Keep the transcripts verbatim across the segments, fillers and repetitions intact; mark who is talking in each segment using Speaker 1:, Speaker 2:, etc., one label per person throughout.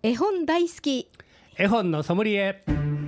Speaker 1: 絵本大好き、
Speaker 2: 絵本のソムリエ。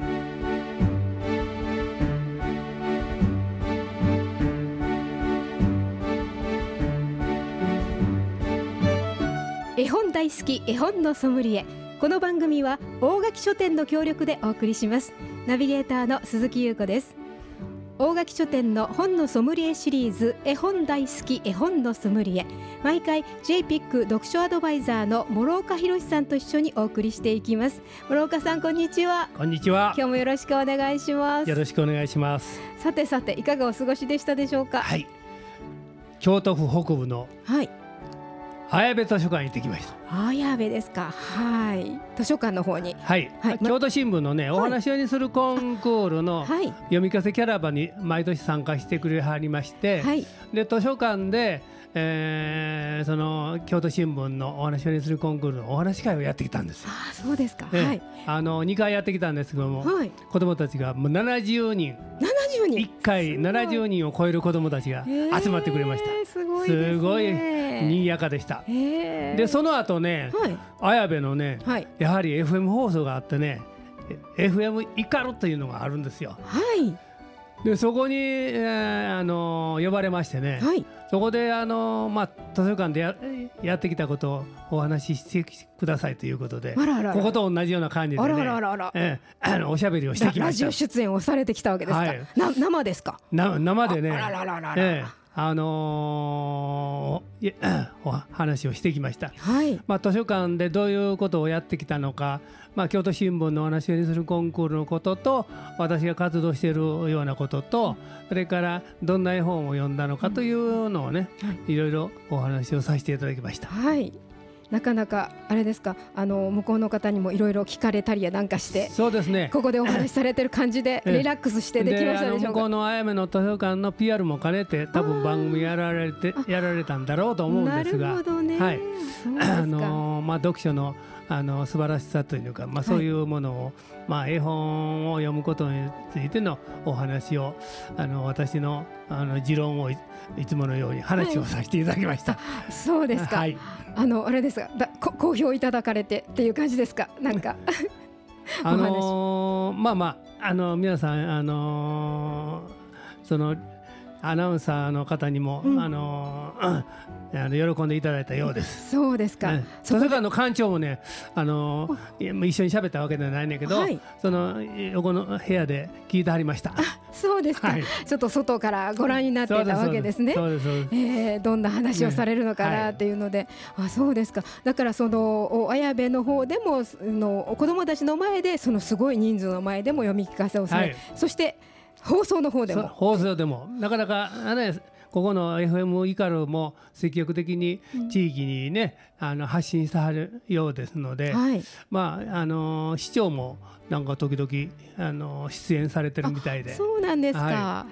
Speaker 1: 絵本大好き絵本のソムリエ。この番組は大垣書店の協力でお送りします。ナビゲーターの鈴木優子です。大垣書店の本のソムリエシリーズ、絵本大好き絵本のソムリエ。毎回 ジェイピック 読書アドバイザーの諸岡博さんと一緒にお送りしていきます。諸岡さん、こんにちは。
Speaker 2: こんにちは。
Speaker 1: 今日もよろしくお願いします。
Speaker 2: よろしくお願いします。
Speaker 1: さてさて、いかがお過ごしでしたでしょうか。
Speaker 2: はい、京都府北部の
Speaker 1: はい
Speaker 2: 綾部図書館に行ってきました。
Speaker 1: 綾部ですか。はい、図書館の方に。
Speaker 2: はい、
Speaker 1: はい、
Speaker 2: 京都新聞のね、お話屋にするコンクールの
Speaker 1: はい
Speaker 2: 読み聞かせキャラバンに毎年参加してくれはりまして、
Speaker 1: はい
Speaker 2: で図書館で、えーその京都新聞のお話屋にするコンクールのお話会をやってきたんですよ。
Speaker 1: あ、そうですか。
Speaker 2: ええ
Speaker 1: はい
Speaker 2: あのにかいやってきたんですけども、
Speaker 1: はい、
Speaker 2: 子どもたちがもうななじゅうにん、
Speaker 1: ななじゅうにん、
Speaker 2: いっかいななじゅうにんを超える子どもたちが集まってくれました。
Speaker 1: えー、すごいですね。
Speaker 2: すごい賑やかでした。
Speaker 1: えー、
Speaker 2: でその後ね、
Speaker 1: はい
Speaker 2: 綾部のね、
Speaker 1: はい
Speaker 2: やはり エフエム 放送があってね、 エフエム イカルというのがあるんですよ。
Speaker 1: はい
Speaker 2: でそこに、えーあの呼ばれましてね、
Speaker 1: はい
Speaker 2: そこであの、まあ、図書館で や, やってきたことをお話ししてくださいということで、
Speaker 1: あらあらあら
Speaker 2: ここと同じような感じでね、
Speaker 1: あらあらあらあら、
Speaker 2: えーあのおしゃべりをしてきました。
Speaker 1: ラジオ出演をされてきたわけですか。
Speaker 2: はい
Speaker 1: な生ですか。
Speaker 2: な生でね、
Speaker 1: あらららららら、
Speaker 2: ええあのーいお話をしてきました。
Speaker 1: はい、
Speaker 2: まあ、図書館でどういうことをやってきたのか、まあ、京都新聞のお話にするコンクールのことと、私が活動しているようなことと、それからどんな絵本を読んだのかというのをね、いろいろお話をさせていただきました。
Speaker 1: はい、なかなかあれですか、あの向こうの方にもいろいろ聞かれたりやなんかして、
Speaker 2: そうですね、
Speaker 1: ここでお話しされてる感じでリラックスしてできましたでしょうか。
Speaker 2: であの向こうのあやめの図書館の ピーアール も兼ねて多分番組やられてやられたんだろうと思うんですが、
Speaker 1: なるほどね、
Speaker 2: はい、
Speaker 1: そうですか。
Speaker 2: あのまあ、読書のあの素晴らしさというか、まあ、そういうものを、はい、まあ、絵本を読むことについてのお話を、あの私の、あの持論を い, いつものように話をさせていただきました。
Speaker 1: はい、そうですか。はい、あのあれですが、だこ好評いただかれてっていう感じですか。なんか
Speaker 2: あのー、まあまあ、あの皆さん、あのー、そのアナウンサーの方にも、うん、あのーうんあの喜んでいただいたようです。
Speaker 1: そうですか。
Speaker 2: ね、図書館の館長もね、あのー、一緒に喋ったわけではないんだけど、はい、その横の部屋で聞いてはりました。
Speaker 1: あ、そうですか。はい、ちょっと外からご覧になっていたわけですね。
Speaker 2: そうですそうです。
Speaker 1: えー、どんな話をされるのかなっていうので、ね、はい、あ、そうですか。だからその綾部の方でもの子どもたちの前で、そのすごい人数の前でも読み聞かせをされ、はい、そして放送の方でも
Speaker 2: 放送でもなかなかね、ここの エフエム イカルも積極的に地域にね、うん、あの発信してはるようですので、はい、まああの市長もなんか時々あの出演されてるみたいで。
Speaker 1: そうなんですか。
Speaker 2: はい、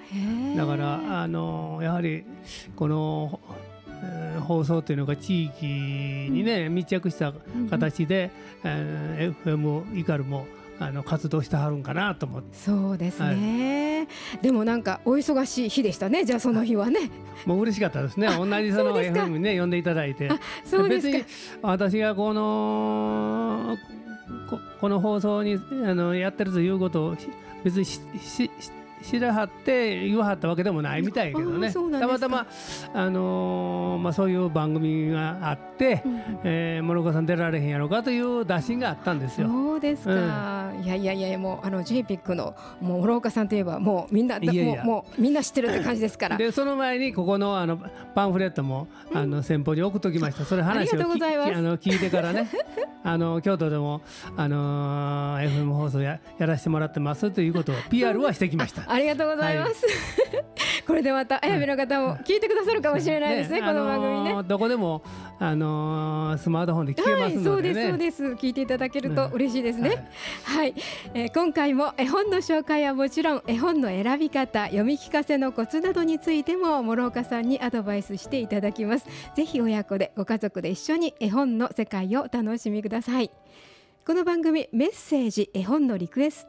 Speaker 2: だからあのやはりこの放送というのが地域にね、うん、密着した形で、うん、エフエム イカルもあの活動してはるんかなと思って。
Speaker 1: そうですね、はい、でもなんかお忙しい日でしたね。じゃあその日はね、
Speaker 2: もう嬉しかったですね。同じその エフエム にね呼んでいただいて。
Speaker 1: そうですか。
Speaker 2: 別に私がこの こ, この放送にあのやってるということを別にしし知らはって言わはったわけでもないみたいけどね。たまたま、あのーまあ、そういう番組があって、うん、えー、諸岡さん出られへんやろかという打診があったんですよ。
Speaker 1: そうですか、うん、いやいやいや、もうあの ジェイピック のもう諸岡さんといえばもうみんないやいやもうもうみんな知ってるって感じですから。
Speaker 2: でその前にここのあのパンフレットも、うん、あの先方に送っときました。それ話をきあの聞いてからねあの京都でも、あのー、エフエム 放送 や, やらせてもらってますということを ピーアール はしてきました。
Speaker 1: ありがとうございます、はい、これでまた綾部の方も聞いてくださるかもしれないですね、ね、この番組ね、あのー、
Speaker 2: どこでも、あのー、スマートフォンで聞けますのでね、
Speaker 1: はい、そうですそうです。聞いていただけると嬉しいですね、ね、はい、はい、えー、今回も絵本の紹介はもちろん絵本の選び方、読み聞かせのコツなどについても諸岡さんにアドバイスしていただきます。ぜひ親子でご家族で一緒に絵本の世界をお楽しみください。この番組メッセージ、絵本のリクエスト、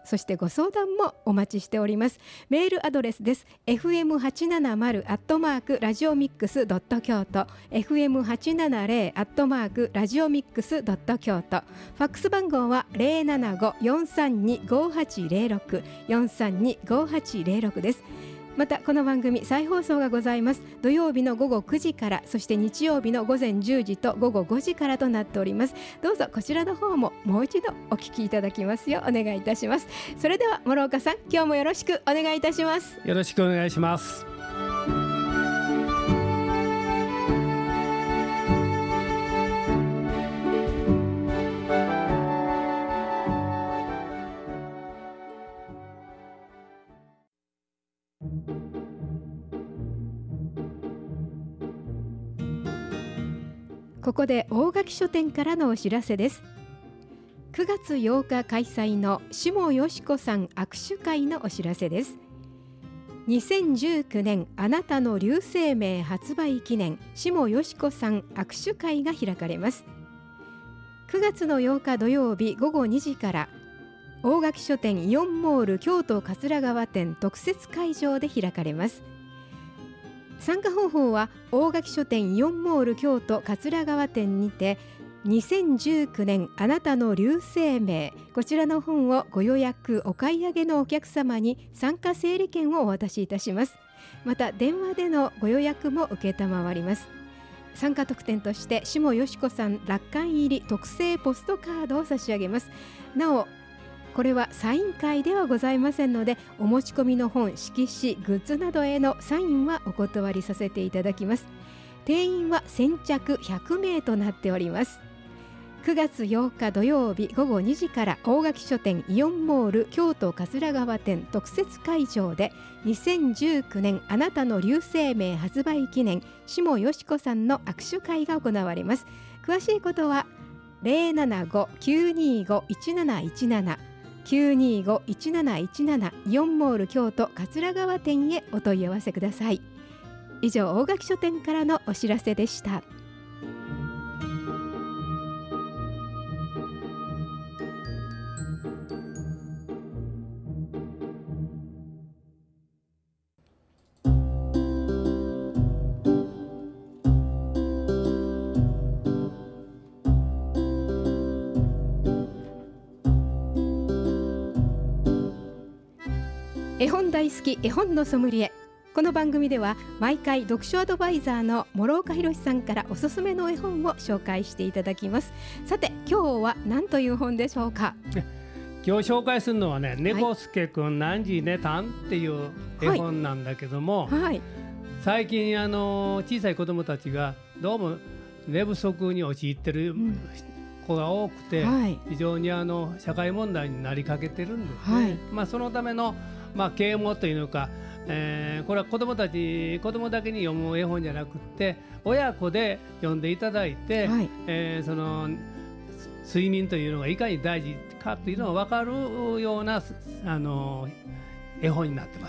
Speaker 1: そしてご相談もお待ちしております。メールアドレスです。 エフエムはちななまる アットマークラジオミックスドット京都 エフエムはちななゼロ アットマークラジオミックスドット京都。ファックス番号は ゼロななご よんさんに ごはちゼロろく よんさんに ごはちゼロろくです。またこの番組再放送がございます。土曜日の午後くじから、そして日曜日の午前じゅうじと午後ごじからとなっております。どうぞこちらの方ももう一度お聞きいただきますようお願いいたします。それでは諸岡さん、今日もよろしくお願いいたします。
Speaker 2: よろしくお願いします。
Speaker 1: ここで大垣書店からのお知らせです。くがつようか開催の下よしこさん握手会のお知らせです。にせんじゅうきゅうねんあなたの流星名発売記念下よしこさん握手会が開かれます。くがつのようか土曜日午後にじから大垣書店イオンモール京都桂川店特設会場で開かれます。参加方法は大垣書店イオンモール京都桂川店にてにせんじゅうきゅうねんあなたの流星名、こちらの本をご予約お買い上げのお客様に参加整理券をお渡しいたします。また電話でのご予約も受けたまわります。参加特典として下よしこさん落款入り特製ポストカードを差し上げます。なおこれはサイン会ではございませんので、お持ち込みの本、色紙、グッズなどへのサインはお断りさせていただきます。定員は先着ひゃくめいとなっております。くがつようか土曜日午後にじから大垣書店イオンモール京都桂川店特設会場でにせんじゅうきゅうねんあなたの流星名発売記念下よしこさんの握手会が行われます。詳しいことは ゼロななご きゅうにご いちなないちななきゅうにご いちなないちなな イオンモール京都桂川店へお問い合わせください。以上、大垣書店からのお知らせでした。絵本大好き絵本のソムリエ。この番組では毎回読書アドバイザーの諸岡博さんからおすすめの絵本を紹介していただきます。さて今日は何という本でしょうか。
Speaker 2: 今日紹介するのはね、猫助くん何時寝たんっていう絵本なんだけども、はいはい、最近あの小さい子どもたちがどうも寝不足に陥ってる子が多くて、うんはい、非常にあの社会問題になりかけてるんですね、はい、まあ、そのためのまあ、啓蒙というのか、えー、これは子どもたち子どもだけに読む絵本じゃなくって親子で読んでいただいて、はい、えー、その睡眠というのがいかに大事かというのが分かるようなあの絵本になってます。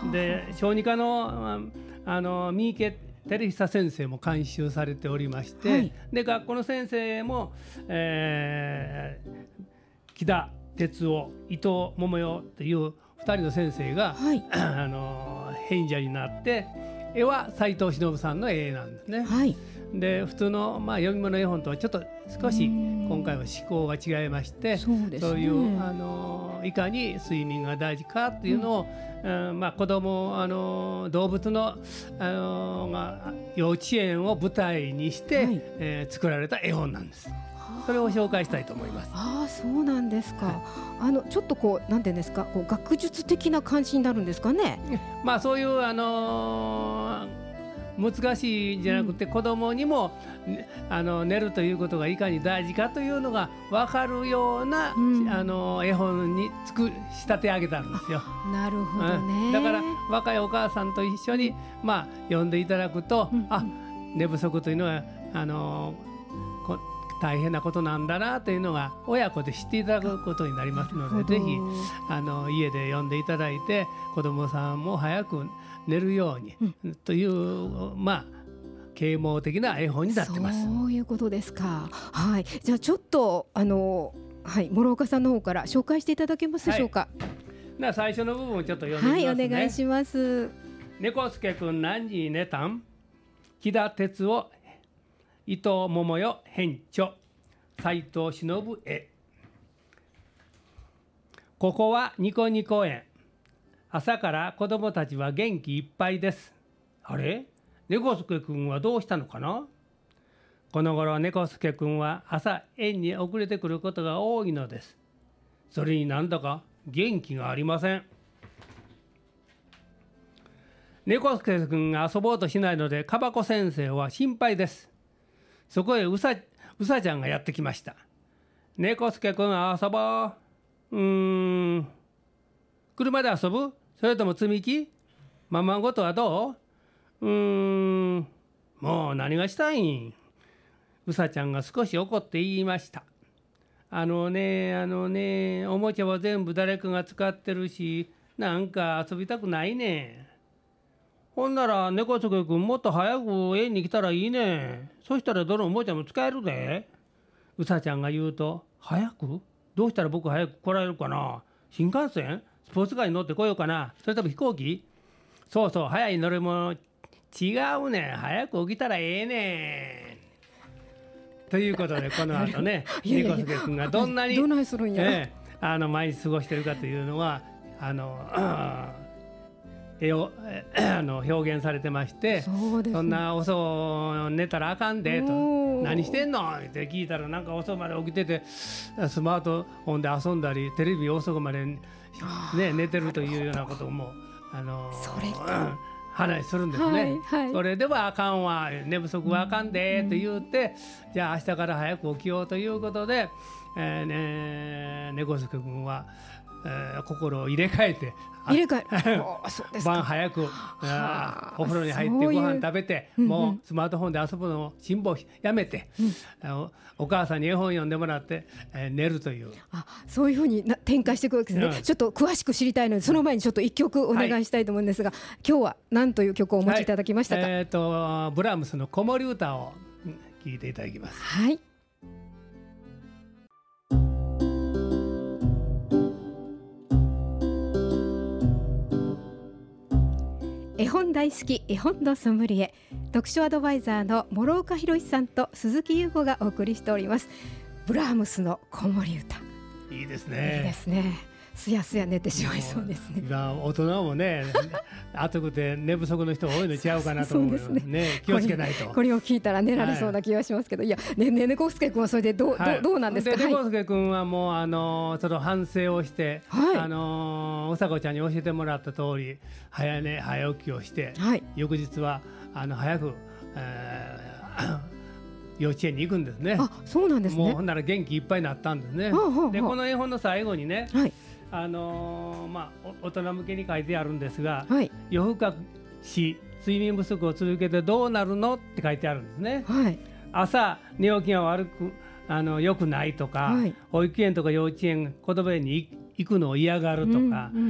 Speaker 2: で、小児科のあの三池照久先生も監修されておりまして、はい、で学校の先生も、えー、木田哲夫、伊藤桃代というふたりの先生が、はい、あの編者になって絵は斉藤忍さんの絵なんですね、はい、で普通の、まあ、読み物絵本とはちょっと少し今回は思考が違いまして、そうですね、そういうあのいかに睡眠が大事かっていうのを、うんうん、まあ、子供あの動物の、あのが幼稚園を舞台にして、はい、えー、作られた絵本なんです。それを紹介したいと思います。
Speaker 1: ああ、そうなんですか、はい、あのちょっとこうなんていうんですか、こう学術的な関心になるんですかね。
Speaker 2: まあそういうあのー、難しいんじゃなくて、うん、子供にもあの寝るということがいかに大事かというのが分かるような、うん、あの絵本に作仕立て上げたんですよ。
Speaker 1: なるほどね、
Speaker 2: うん、だから若いお母さんと一緒に、まあ、読んでいただくと、うん、あ、寝不足というのはあのこ大変なことなんだなというのが親子で知っていただくことになりますので、ぜひあの家で読んでいただいて子どもさんも早く寝るように、うん、という、まあ啓蒙的な絵本になってます。
Speaker 1: そういうことですか。はい、じゃあちょっとあのはい、諸岡さんの方から紹介していただけますでしょうか。
Speaker 2: はい、最初の部分をちょっと読んでみますね。
Speaker 1: はい、お願いします。
Speaker 2: 猫助くん何時に寝たん？木田哲夫、伊藤桃代編著、斉藤忍絵。ここはニコニコ園。朝から子供たちは元気いっぱいです。あれ？猫助くんはどうしたのかな？この頃猫助くんは朝園に遅れてくることが多いのです。それになんだか元気がありません。猫助くんが遊ぼうとしないのでかばこ先生は心配です。そこへうさ、うさちゃんがやってきました。猫助くん遊ぼう。うーん。車で遊ぶ？それとも積み木？ママごとはどう？うーん。もう何がしたいん？うさちゃんが少し怒って言いました。あのね、あのね、おもちゃは全部誰かが使ってるし、なんか遊びたくないね。ほんなら猫助くんもっと早く園に来たらいいね。そしたらどのおもちゃも使えるで。うさちゃんが言うと、早く？どうしたら僕早く来られるかな？新幹線？スポーツカーに乗ってこようかな？それとも飛行機？そうそう、早い乗り物。違うねん。早く起きたらええねん。ということでこの後ね猫助くんがどんなに
Speaker 1: どないするんや、
Speaker 2: えー、あの毎日過ごしてるかというのはあの絵をあの表現されてまして、 そ,、ね、そんな遅寝たらあかんでと、何してんのって聞いたらなんか遅くまで起きててスマートフォンで遊んだりテレビ遅くまで、ね、寝てるというようなこともあの
Speaker 1: それ
Speaker 2: 話するんですね、
Speaker 1: はいはい、
Speaker 2: それではあかんわ、寝不足はあかんでと言って、うん、じゃあ明日から早く起きようということで、えーね、猫助くんは、えー、心を入れ替えて
Speaker 1: 入れ替えそうですか、
Speaker 2: 晩早くお風呂に入ってご飯食べて、ういうもうスマートフォンで遊ぶのを辛抱やめて、うん、あのお母さんに絵本読んでもらって、えー、寝るという、
Speaker 1: あ、そういうふうにな展開していくわけですね、うん、ちょっと詳しく知りたいのでその前にちょっと一曲お願いしたいと思うんですが、はい、今日は何という曲をお持ちいただきましたか。
Speaker 2: はい、えー、とブラームスの子守歌を聴いていただきます。
Speaker 1: はい、絵本大好き絵本のソムリエ読書アドバイザーの諸岡博さんと鈴木優子がお送りしております。ブラームスの子守歌、
Speaker 2: いいですね。
Speaker 1: いいですね。すやすや寝てしまいそうですね。
Speaker 2: 大人もね暑くて寝不足の人多いのちゃうかなと思うので、ねね、気をつけないと。
Speaker 1: これを聞いたら寝られそうな気がしますけど、はい、いやねね猫助くんはそれでどう、はい、ど, どうなんですか。
Speaker 2: で猫助くんはもうあのその反省をして、はい、あのうさこちゃんに教えてもらった通り早寝早起きをして、はい、翌日はあの早く、えー幼稚園に行くんですね。
Speaker 1: あ、そうなんですね。
Speaker 2: もうほんなら元気いっぱいになったんですね。はあはあ、でこの絵本の最後にね、はい、あのーまあ、大人向けに書いてあるんですが、はい、夜更かし睡眠不足を続けてどうなるのって書いてあるんですね。はい、朝寝起きが悪くあの良くないとか、はい、保育園とか幼稚園子供園に行くのを嫌がるとか、うんうん、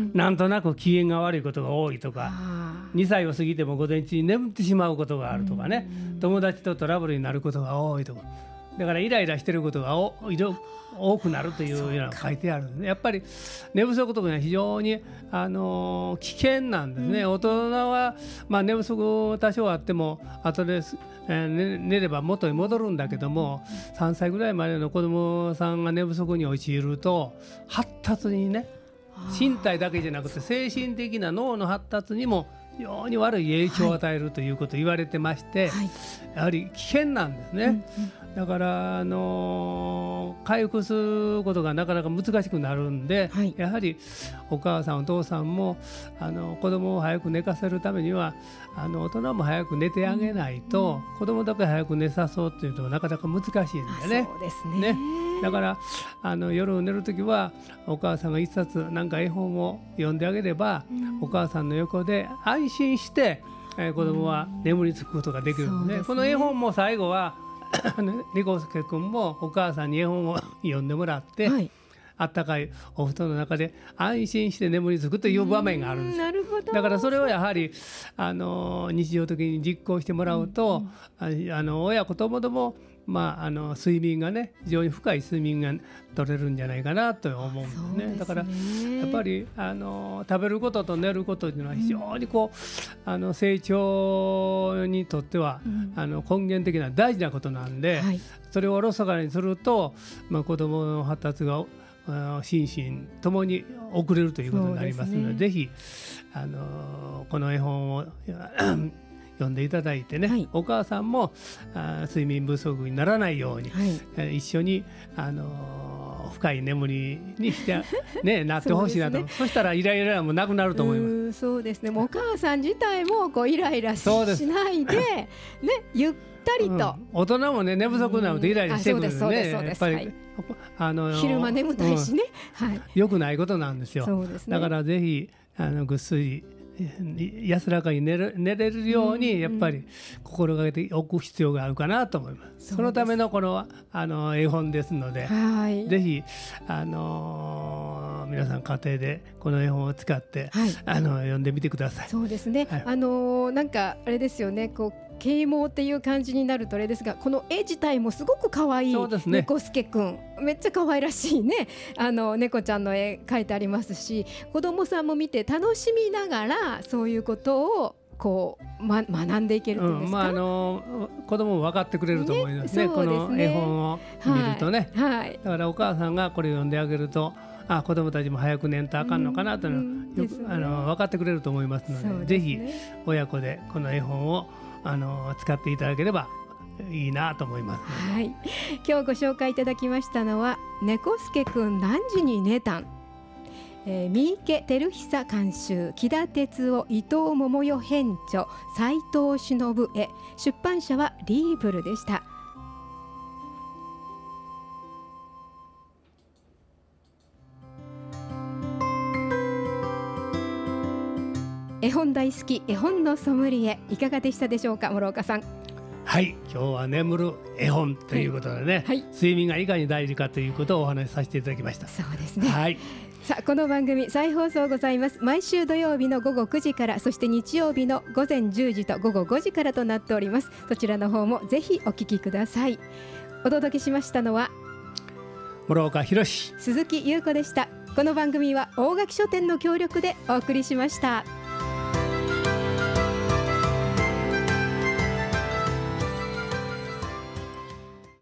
Speaker 2: なんとなく機嫌が悪いことが多いとか、にさいを過ぎても午前中に眠ってしまうことがあるとかね、うん、友達とトラブルになることが多いとか、だからイライラしてることがお多くなるというようなのが書いてあるんですね。やっぱり寝不足とかは非常に、あのー、危険なんですね。うん、大人は、まあ、寝不足多少あっても後で、えー、寝, 寝れば元に戻るんだけども、さんさいぐらいまでの子どもさんが寝不足に陥ると発達にね、身体だけじゃなくて精神的な脳の発達にも非常に悪い影響を与えるということを言われてまして、はい、やはり危険なんですね。うんうん、だから、あのー、回復することがなかなか難しくなるんで、はい、やはりお母さんお父さんもあの子供を早く寝かせるためにはあの大人も早く寝てあげないと、うん、子供だけ早く寝さそうっていうとなかなか難しいんでね。
Speaker 1: そうですね。
Speaker 2: ね、だからあの夜寝るときはお母さんが一冊なんか絵本を読んであげれば、うん、お母さんの横で安心して、えー、子供は眠りつくことができるので、うん、この絵本も最後は猫助くんもお母さんに絵本を読んでもらって、はい、あったかいお布団の中で安心して眠りつくという場面があるんです。
Speaker 1: なるほど。
Speaker 2: だからそれをやはりあの日常的に実行してもらうと、うん、あの親子ともどもまあ、あの睡眠がね非常に深い睡眠が取れるんじゃないかなと思うんですね。ですねだからやっぱりあの食べることと寝ることというのは非常にこう、うん、あの成長にとっては、うん、あの根源的な大事なことなんで、はい、それをおろそかにすると、まあ、子どもの発達が心身ともに遅れるということになりますので、ぜひあのこの絵本を読んでいただいてね、はい、お母さんもあ睡眠不足にならないように、はい、一緒に、あのー、深い眠りにして、ね、なってほしいなと そ,、ね、そしたらイライラもなくなると思います。
Speaker 1: そうですね。もうお母さん自体もこうイライラ し, しないで、ね、ゆったりと、うん、
Speaker 2: 大人も、ね、寝不足になるとイライラしてくるんでね、やっぱり、はい、
Speaker 1: あのー、昼間眠たいしね、うんはい、
Speaker 2: よくないことなんですよ。
Speaker 1: そうですね、
Speaker 2: だからぜひあのぐっすり安らかに 寝, る寝れるようにやっぱり心がけておく必要があるかなと思います。 そ, そのためのこの、あの絵本ですので、はい、ぜひ、あのー、皆さん家庭でこの絵本を使って、はい、あの読んでみてください。
Speaker 1: そうですね、はい、あのー、なんかあれですよね、こう啓蒙っていう感じになるとあれですが、この絵自体もすごく可愛い、ね、猫助くんめっちゃ可愛らしいね、あの猫ちゃんの絵描いてありますし、子どもさんも見て楽しみながらそういうことをこう、ま、学んでいけるっていうんですか、
Speaker 2: うんまあ、あの子供も分かってくれると思います ね, ね, この絵本を見るとね、はいはい、だからお母さんがこれを読んであげると、あ子供たちも早く寝んとあかんのかなというの、うんよく、ね、あの分かってくれると思いますの で, で、ね、ぜひ親子でこの絵本をあの使っていただければいいなと思います、ね
Speaker 1: はい、今日ご紹介いただきましたのは猫助くん何時に寝たん、えー、三池照久監修、木田哲夫、伊藤桃代編著、斉藤忍絵、出版社はリーブルでした。絵本大好き絵本のソムリエ、いかがでしたでしょうか、諸岡さん。
Speaker 2: はい、今日は眠る絵本ということでね、はいはい、睡眠がいかに大事かということをお話しさせていただきました。
Speaker 1: そうですね、
Speaker 2: はい、
Speaker 1: さあこの番組再放送ございます。毎週土曜日の午後くじから、そして日曜日の午前じゅうじと午後ごじからとなっております。そちらの方もぜひお聞きください。お届けしましたのは
Speaker 2: 諸岡博史、
Speaker 1: 鈴木優子でした。この番組は大垣書店の協力でお送りしました。